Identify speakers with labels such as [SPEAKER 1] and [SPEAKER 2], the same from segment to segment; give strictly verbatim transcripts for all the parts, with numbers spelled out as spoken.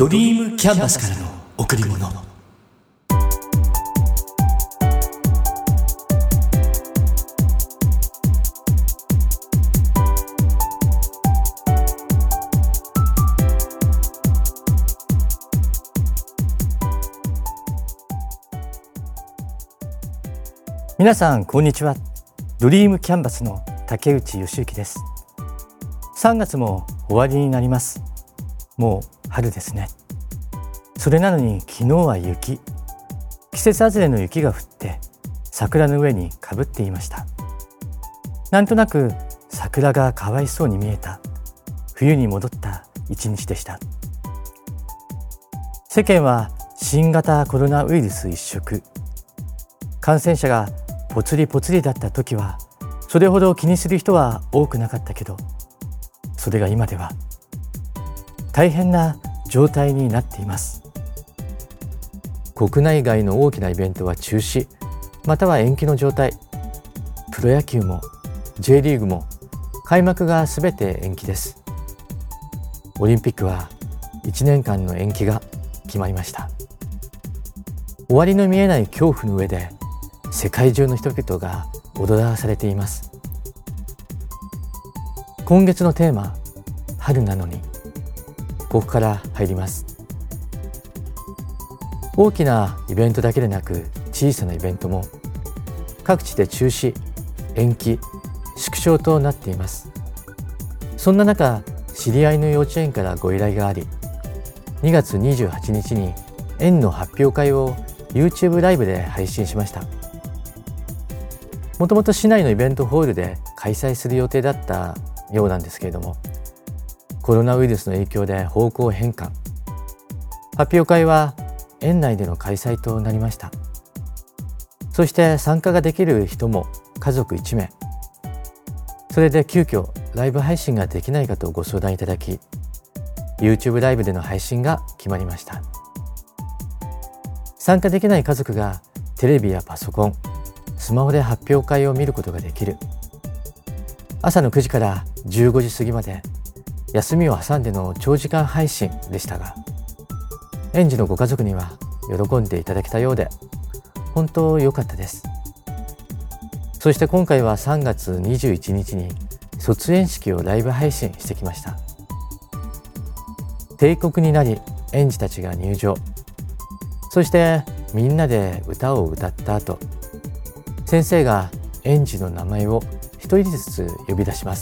[SPEAKER 1] ドリームキャンバスからの贈り物。皆さんこんにちは。ドリームキャンバスの竹内義之です。さんがつも終わりになります。もう春ですね。それなのに昨日は雪、季節外れの雪が降って桜の上にかぶっていました。なんとなく桜がかわいそうに見えた冬に戻った一日でした。世間は新型コロナウイルス一色、感染者がぽつりぽつりだった時はそれほど気にする人は多くなかったけど、それが今では大変な状態になっています。国内外の大きなイベントは中止または延期の状態。プロ野球も J リーグも開幕がすべて延期です。オリンピックはいちねんかんの延期が決まりました。終わりの見えない恐怖の上で世界中の人々が踊らされています。今月のテーマ、春なのに、ここから入ります。大きなイベントだけでなく小さなイベントも各地で中止、延期、縮小となっています。そんな中、知り合いの幼稚園からご依頼があり、にがつにじゅうはちにちに園の発表会を YouTube ライブで配信しました。もともと市内のイベントホールで開催する予定だったようなんですけれども、コロナウイルスの影響で方向変換。発表会は園内での開催となりました。そして参加ができる人も家族いちめい。それで急遽ライブ配信ができないかとご相談いただき、YouTube ライブでの配信が決まりました。参加できない家族がテレビやパソコン、スマホで発表会を見ることができる。朝のくじからじゅうごじ過ぎまで休みを挟んでの長時間配信でしたが、園児のご家族には喜んでいただけたようで本当良かったです。そして今回はさんがつにじゅういちにちに卒園式をライブ配信してきました。定刻になり園児たちが入場、そしてみんなで歌を歌った後、先生が園児の名前を一人ずつ呼び出します。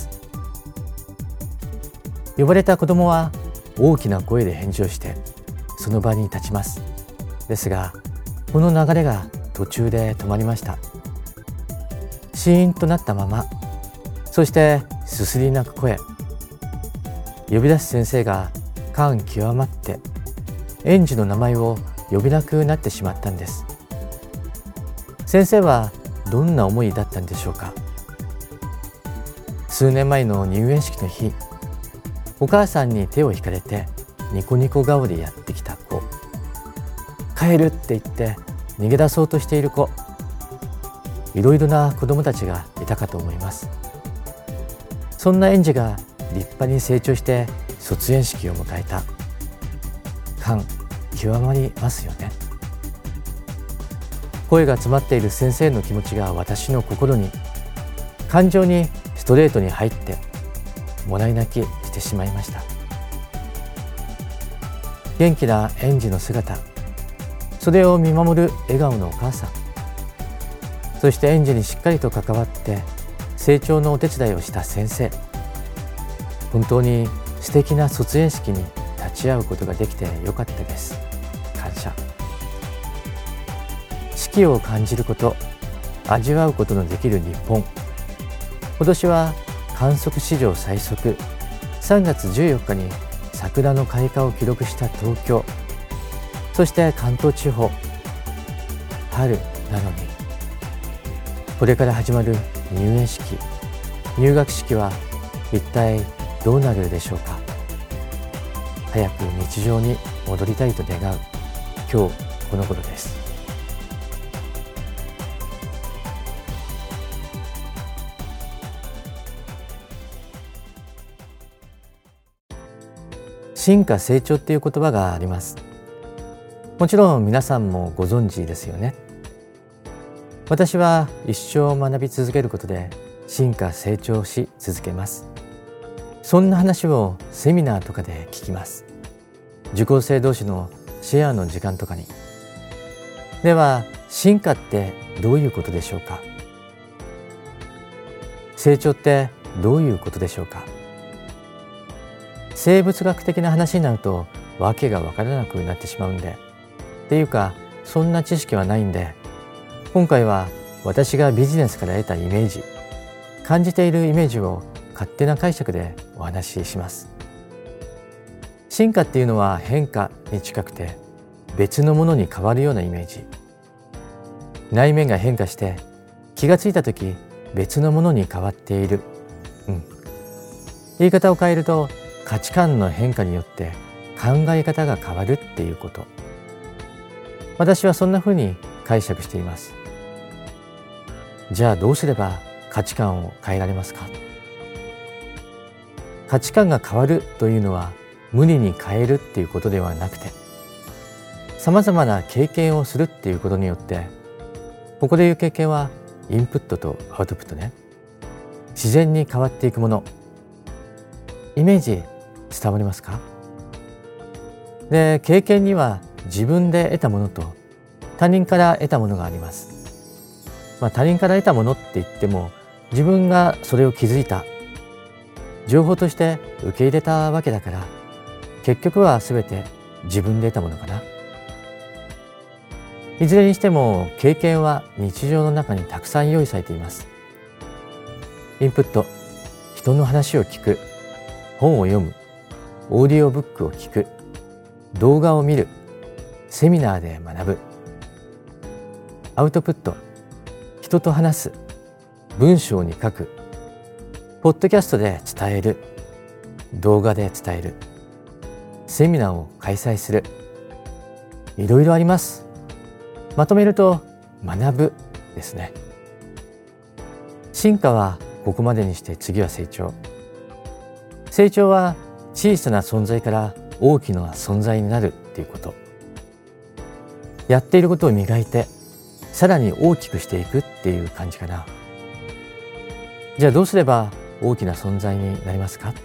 [SPEAKER 1] 呼ばれた子どもは大きな声で返事をしてその場に立ちます。ですがこの流れが途中で止まりました。シーンとなったまま、そしてすすり泣く声。呼び出す先生が感極まって園児の名前を呼べなくなってしまったんです。先生はどんな思いだったんでしょうか。数年前の入園式の日、お母さんに手を引かれてニコニコ顔でやってきた子、帰るって言って逃げ出そうとしている子、いろいろな子どもたちがいたかと思います。そんな園児が立派に成長して卒園式を迎えた。感極まりますよね。声が詰まっている先生の気持ちが私の心に、感情にストレートに入ってもらい泣きしてしまいました。元気な園児の姿、それを見守る笑顔のお母さん、そして園児にしっかりと関わって成長のお手伝いをした先生。本当に素敵な卒園式に立ち会うことができてよかったです。感謝。四季を感じること、味わうことのできる日本。今年は観測史上最速さんがつじゅうよっかに桜の開花を記録した東京、そして関東地方。春なのに、これから始まる入園式、入学式は一体どうなるでしょうか。早く日常に戻りたいと願う今日この頃です。 進化成長っていう言葉があります。もちろん皆さんもご存知ですよね。私は一生学び続けることで進化成長し続けます。そんな話をセミナーとかで聞きます。受講生同士のシェアの時間とかに。では進化ってどういうことでしょうか。成長ってどういうことでしょうか。生物学的な話になるとわけがわからなくなってしまうんで、っていうかそんな知識はないんで、今回は私がビジネスから得たイメージ、感じているイメージを勝手な解釈でお話しします。進化っていうのは変化に近くて別のものに変わるようなイメージ。内面が変化して気がついたとき別のものに変わっている、うん、言い方を変えると価値観の変化によって考え方が変わるっていうこと。私はそんなふうに解釈しています。じゃあどうすれば価値観を変えられますか。価値観が変わるというのは無理に変えるっていうことではなくて、さまざまな経験をするっていうことによって、ここでいう経験はインプットとアウトプットね、自然に変わっていくもの。イメージ伝わりますか。で、経験には自分で得たものと他人から得たものがあります。まあ、他人から得たものって言っても自分がそれを気づいた情報として受け入れたわけだから、結局は全て自分で得たものかな。いずれにしても経験は日常の中にたくさん用意されています。インプット、人の話を聞く、本を読む、オーディオブックを聞く、動画を見る、セミナーで学ぶ。アウトプット、人と話す、文章に書く、ポッドキャストで伝える、動画で伝える、セミナーを開催する。いろいろあります。まとめると学ぶですね。進化はここまでにして、次は成長。成長は小さな存在から大きな存在になるっていうこと。やっていることを磨いてさらに大きくしていくっていう感じかな。じゃあどうすれば大きな存在になりますか。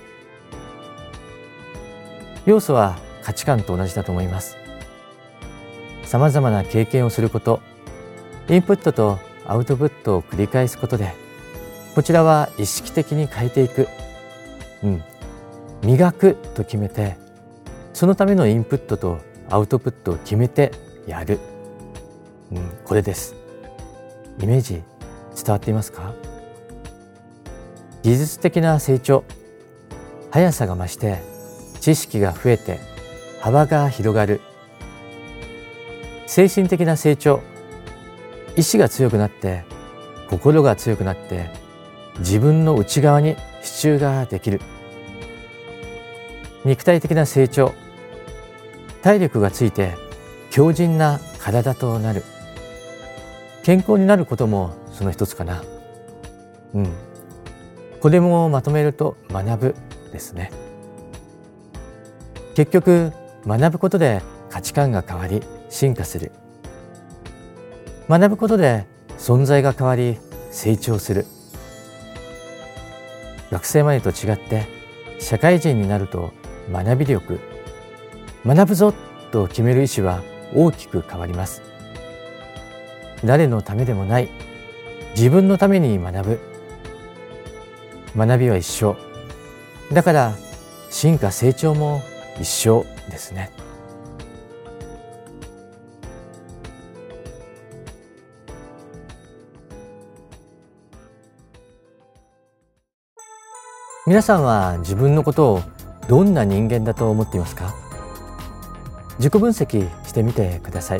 [SPEAKER 1] 要素は価値観と同じだと思います。さまざまな経験をすること、インプットとアウトプットを繰り返すことで、こちらは意識的に変えていく、うん、磨くと決めて、そのためのインプットとアウトプットを決めてやる、うん、これです。イメージ伝わっていますか。技術的な成長、速さが増して知識が増えて幅が広がる。精神的な成長、意志が強くなって心が強くなって自分の内側に支柱ができる。肉体的な成長、体力がついて強靭な体となる。健康になることもその一つかな。うん。これもまとめると学ぶですね。結局学ぶことで価値観が変わり進化する。学ぶことで存在が変わり成長する。学生前と違って社会人になると学び力、学ぶぞと決める意思は大きく変わります。誰のためでもない、自分のために学ぶ。学びは一生。だから進化成長も一生ですね。皆さんは自分のことをどんな人間だと思っていますか。自己分析してみてください。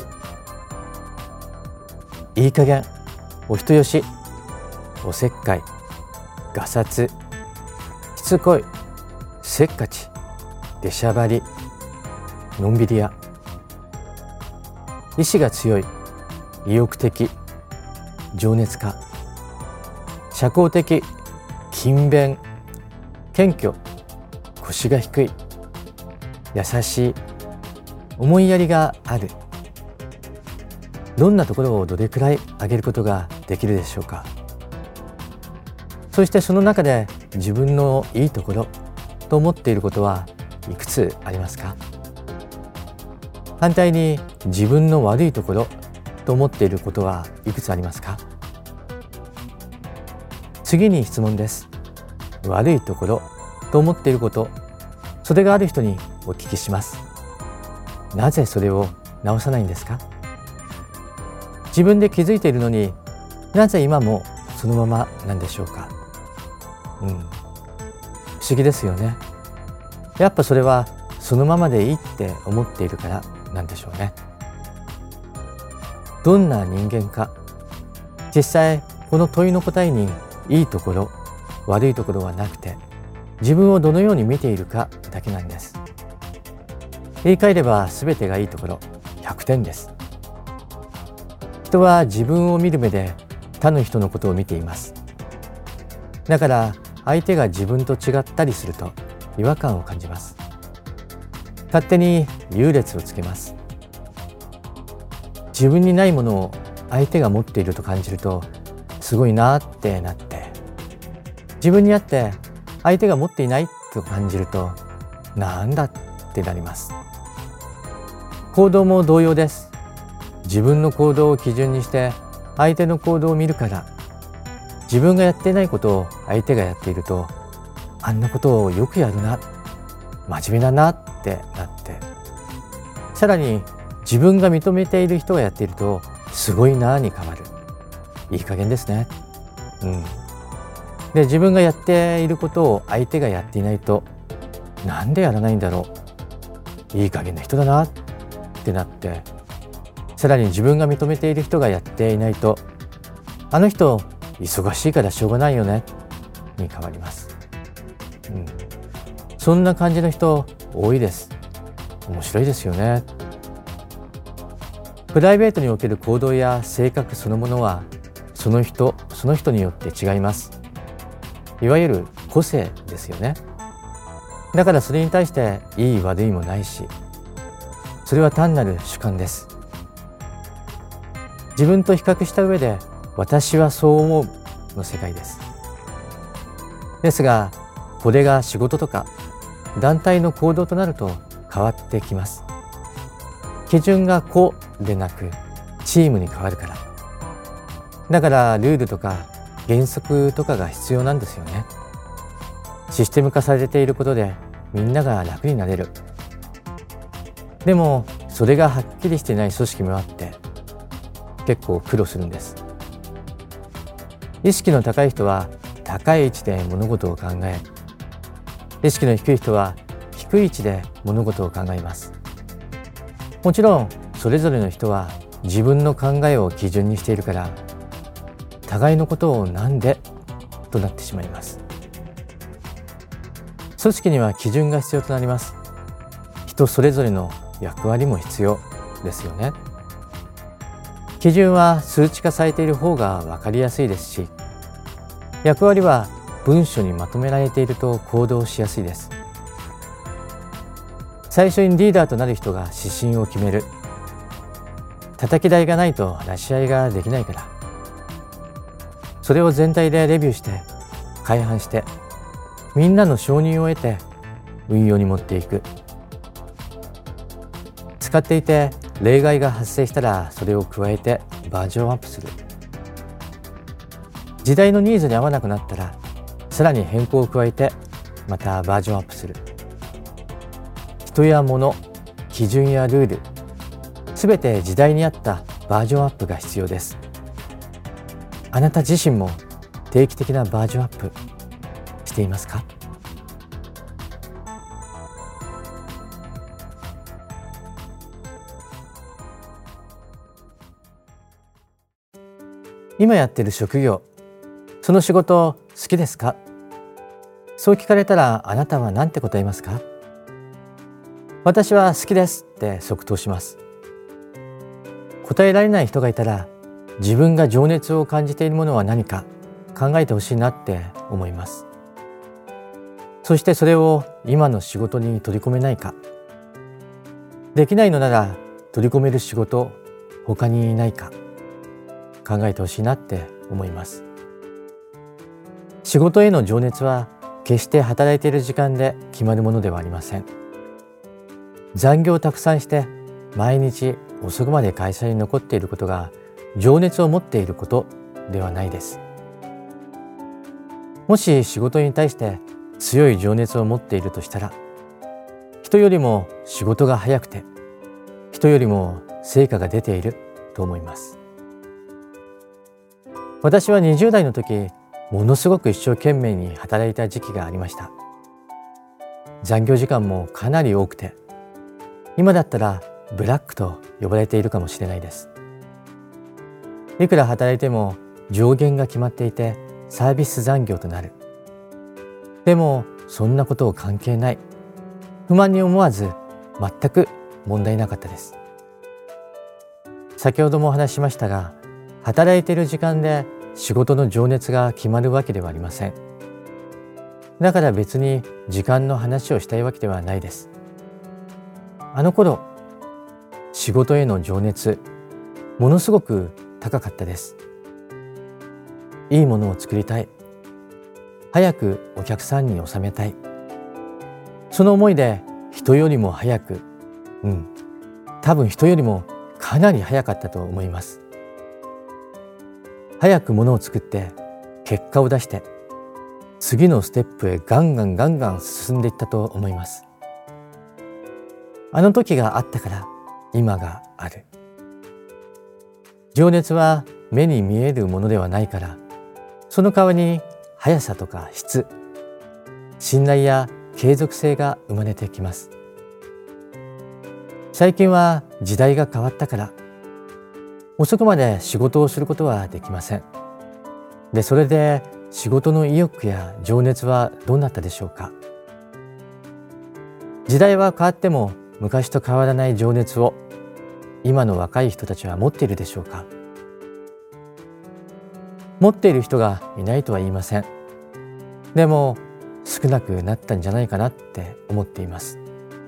[SPEAKER 1] いい加減、お人よし、おせっかい、がさつ、しつこい、せっかち、出しゃばり、のんびり屋。意志が強い、意欲的、情熱家、社交的、勤勉、謙虚、腰が低い。 優しい、思いやりがある。どんなところをどれくらい上げることができるでしょうか。そしてその中で自分のいいところと思っていることはいくつありますか。反対に自分の悪いところと思っていることはいくつありますか。次に質問です。悪いところと思っていること、それがある人にお聞きします。なぜそれを直さないんですか。自分で気づいているのになぜ今もそのままなんでしょうか。うん、不思議ですよね。やっぱそれはそのままでいいって思っているからなんでしょうね。どんな人間か、実際この問いの答えにいいところ悪いところはなくて、自分をどのように見ているかだけなんです。言い換えれば全てがいいところひゃくてんです。人は自分を見る目で他の人のことを見ています。だから相手が自分と違ったりすると違和感を感じます。勝手に優劣をつけます。自分にないものを相手が持っていると感じるとすごいなってなって、自分にあって相手が持っていないと感じるとなんだってなります。行動も同様です。自分の行動を基準にして相手の行動を見るから、自分がやっていないことを相手がやっていると、あんなことをよくやるな、真面目だなってなって、さらに自分が認めている人がやっているとすごいなに変わる。いい加減ですね。うん。で、自分がやっていることを相手がやっていないと、なんでやらないんだろう、いい加減な人だなってなって、さらに自分が認めている人がやっていないと、あの人忙しいからしょうがないよねに変わります。うん、そんな感じの人多いです。面白いですよね。プライベートにおける行動や性格そのものはその人その人によって違います。いわゆる個性ですよね。だからそれに対していい悪いもないし、それは単なる主観です。自分と比較した上で私はそう思うの世界です。ですがこれが仕事とか団体の行動となると変わってきます。基準が個でなくチームに変わるから。だからルールとか原則とかが必要なんですよね。システム化されていることでみんなが楽になれる。でもそれがはっきりしていない組織もあって結構苦労するんです。意識の高い人は高い位置で物事を考え、意識の低い人は低い位置で物事を考えます。もちろんそれぞれの人は自分の考えを基準にしているから、互いのことをなんでとなってしまいます。組織には基準が必要となります。人それぞれの役割も必要ですよね。基準は数値化されている方が分かりやすいですし、役割は文書にまとめられていると行動しやすいです。最初にリーダーとなる人が指針を決める。叩き台がないと話し合いができないから。それを全体でレビューして改版してみんなの承認を得て運用に持っていく。使っていて例外が発生したらそれを加えてバージョンアップする。時代のニーズに合わなくなったらさらに変更を加えてまたバージョンアップする。人や物、基準やルール、すべて時代に合ったバージョンアップが必要です。あなた自身も定期的なバージョンアップしていますか？今やっている職業、その仕事好きですか？そう聞かれたらあなたは何て答えますか？私は好きですって即答します。答えられない人がいたら、自分が情熱を感じているものは何か考えてほしいなって思います。そしてそれを今の仕事に取り込めないか、 できないのなら取り込める仕事他にないか考えてほしいなって思います。仕事への情熱は決して働いている時間で決まるものではありません。残業をたくさんして毎日遅くまで会社に残っていることが情熱を持っていることではないです。もし仕事に対して強い情熱を持っているとしたら、人よりも仕事が早くて人よりも成果が出ていると思います。私はにじゅう代の時、ものすごく一生懸命に働いた時期がありました。残業時間もかなり多くて、今だったらブラックと呼ばれているかもしれないです。いくら働いても上限が決まっていてサービス残業となる。でもそんなことを関係ない。不満に思わず全く問題なかったです。先ほどもお話ししましたが、働いている時間で仕事の情熱が決まるわけではありません。だから別に時間の話をしたいわけではないです。あの頃、仕事への情熱、ものすごく高かったです。いいものを作りたい。早くお客さんに収めたい。その思いで人よりも早く、うん、多分人よりもかなり早かったと思います。早くものを作って結果を出して次のステップへガンガンガンガン進んでいったと思います。あの時があったから今がある。情熱は目に見えるものではないから、その代わりに速さとか質、信頼や継続性が生まれてきます。最近は時代が変わったから遅くまで仕事をすることはできません。で、それで仕事の意欲や情熱はどうなったでしょうか。時代は変わっても昔と変わらない情熱を今の若い人たちは持っているでしょうか。持っている人がいないとは言いません。でも少なくなったんじゃないかなって思っています。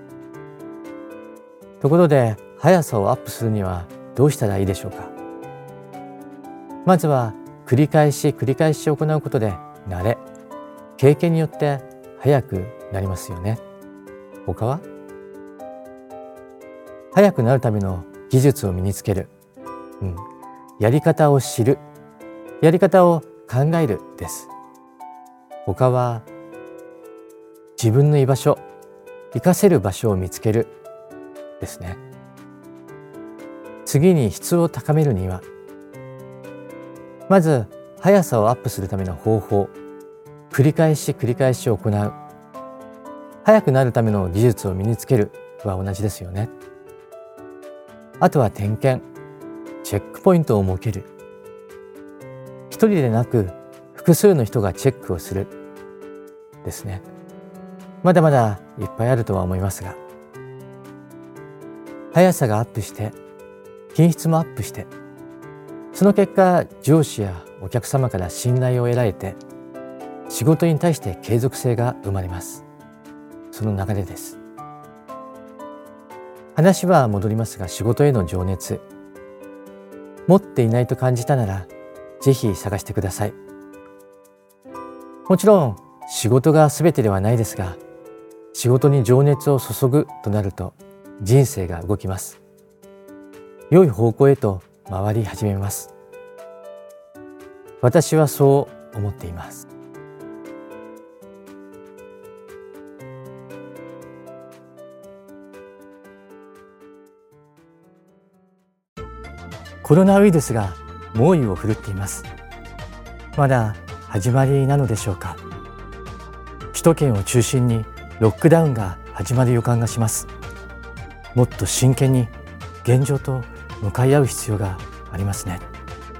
[SPEAKER 1] ところで、速さをアップするにはどうしたらいいでしょうか。まずは繰り返し繰り返し行うことで慣れ、経験によって速くなりますよね。他は？速くなるための技術を身につける、うん、やり方を知る、やり方を考えるです。他は自分の居場所、活かせる場所を見つけるですね。次に質を高めるには、まず速さをアップするための方法、繰り返し繰り返し行う。速くなるための技術を身につけるは同じですよね。あとは点検、チェックポイントを設ける。一人でなく複数の人がチェックをするですね。まだまだいっぱいあるとは思いますが、速さがアップして品質もアップして、その結果上司やお客様から信頼を得られて仕事に対して継続性が生まれます。その流れです。話は戻りますが、仕事への情熱、持っていないと感じたならぜひ探してください。もちろん仕事が全てではないですが、仕事に情熱を注ぐとなると人生が動きます。良い方向へと回り始めます。私はそう思っています。コロナウイルスが猛威を振るっています。まだ始まりなのでしょうか。首都圏を中心にロックダウンが始まる予感がします。もっと真剣に現状と向かい合う必要がありますね。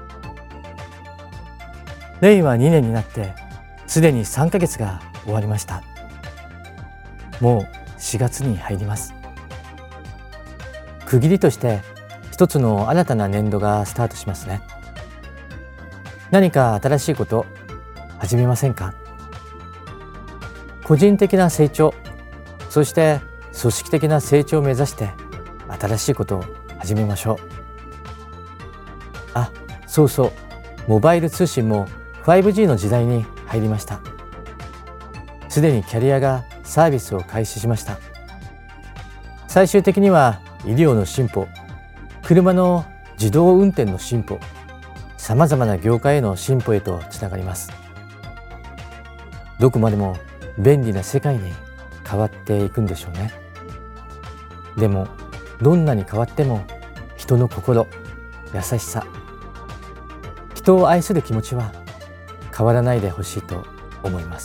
[SPEAKER 1] れいわにねんになってすでにさんかげつが終わりました。もうしがつに入ります。区切りとして一つの新たな年度がスタートしますね。何か新しいこと始めませんか？個人的な成長、そして組織的な成長を目指して新しいことを始めましょう。あ、そうそう、モバイル通信も ファイブジー の時代に入りました。すでにキャリアがサービスを開始しました。最終的には医療の進歩、車の自動運転の進歩、さまざまな業界への進歩へとつながります。どこまでも便利な世界に変わっていくんでしょうね。でもどんなに変わっても人の心、優しさ、人を愛する気持ちは変わらないでほしいと思います。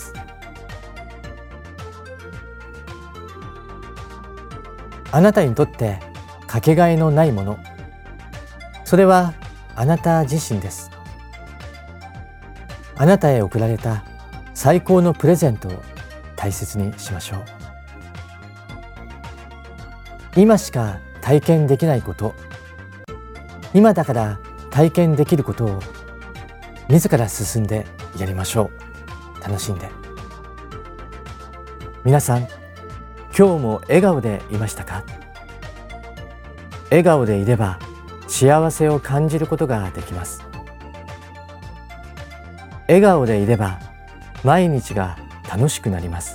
[SPEAKER 1] あなたにとってかけがえのないもの、それはあなた自身です。あなたへ贈られた最高のプレゼントを大切にしましょう。今しか体験できないこと、今だから体験できることを自ら進んでやりましょう。楽しんで。皆さん、今日も笑顔でいましたか？笑顔でいれば幸せを感じることができます。笑顔でいれば毎日が楽しくなります。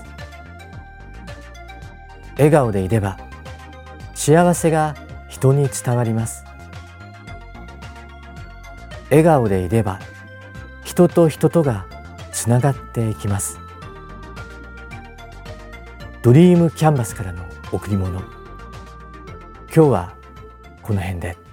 [SPEAKER 1] 笑顔でいれば幸せが人に伝わります。笑顔でいれば人と人とがつながっていきます。ドリームキャンバスからの贈り物、今日はこの辺で。